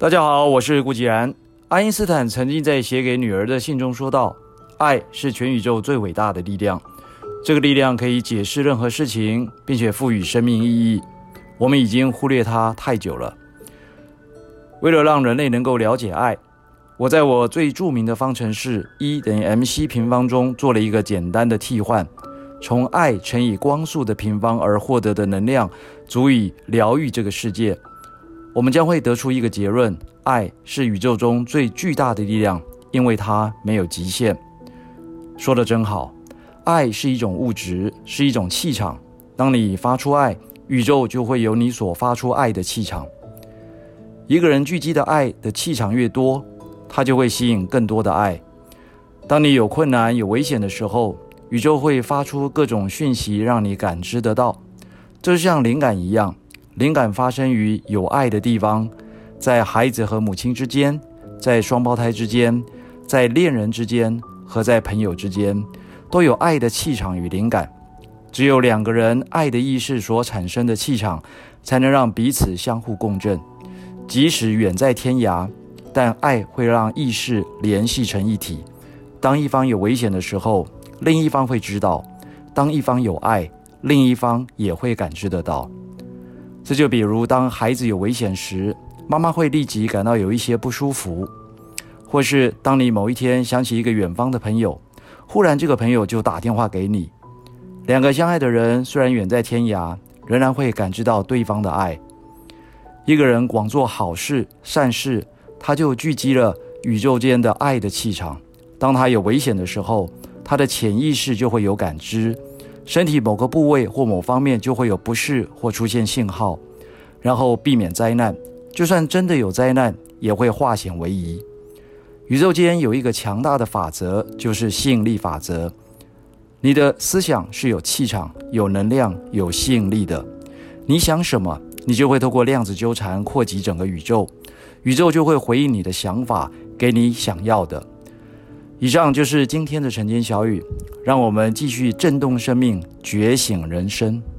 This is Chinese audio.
大家好，我是顾吉然。爱因斯坦曾经在写给女儿的信中说道，爱是全宇宙最伟大的力量，这个力量可以解释任何事情，并且赋予生命意义。我们已经忽略它太久了。为了让人类能够了解爱，我在我最著名的方程式 E 等于 mc 平方中做了一个简单的替换，从爱乘以光速的平方而获得的能量足以疗愈这个世界。我们将会得出一个结论，爱是宇宙中最巨大的力量，因为它没有极限。说得真好，爱是一种物质，是一种气场。当你发出爱，宇宙就会有你所发出爱的气场。一个人聚集的爱的气场越多，他就会吸引更多的爱。当你有困难、有危险的时候，宇宙会发出各种讯息让你感知得到。这就像灵感一样，灵感发生于有爱的地方，在孩子和母亲之间，在双胞胎之间，在恋人之间和在朋友之间，都有爱的气场与灵感。只有两个人爱的意识所产生的气场，才能让彼此相互共振。即使远在天涯，但爱会让意识联系成一体。当一方有危险的时候，另一方会知道；当一方有爱，另一方也会感知得到。这就比如当孩子有危险时，妈妈会立即感到有一些不舒服，或是当你某一天想起一个远方的朋友，忽然这个朋友就打电话给你。两个相爱的人虽然远在天涯，仍然会感知到对方的爱。一个人广做好事善事，他就聚集了宇宙间的爱的气场。当他有危险的时候，他的潜意识就会有感知，身体某个部位或某方面就会有不适或出现信号，然后避免灾难。就算真的有灾难，也会化险为夷。宇宙间有一个强大的法则，就是吸引力法则。你的思想是有气场、有能量、有吸引力的。你想什么，你就会透过量子纠缠扩及整个宇宙，宇宙就会回应你的想法，给你想要的。以上就是今天的晨间小语，让我们继续震动生命，觉醒人生。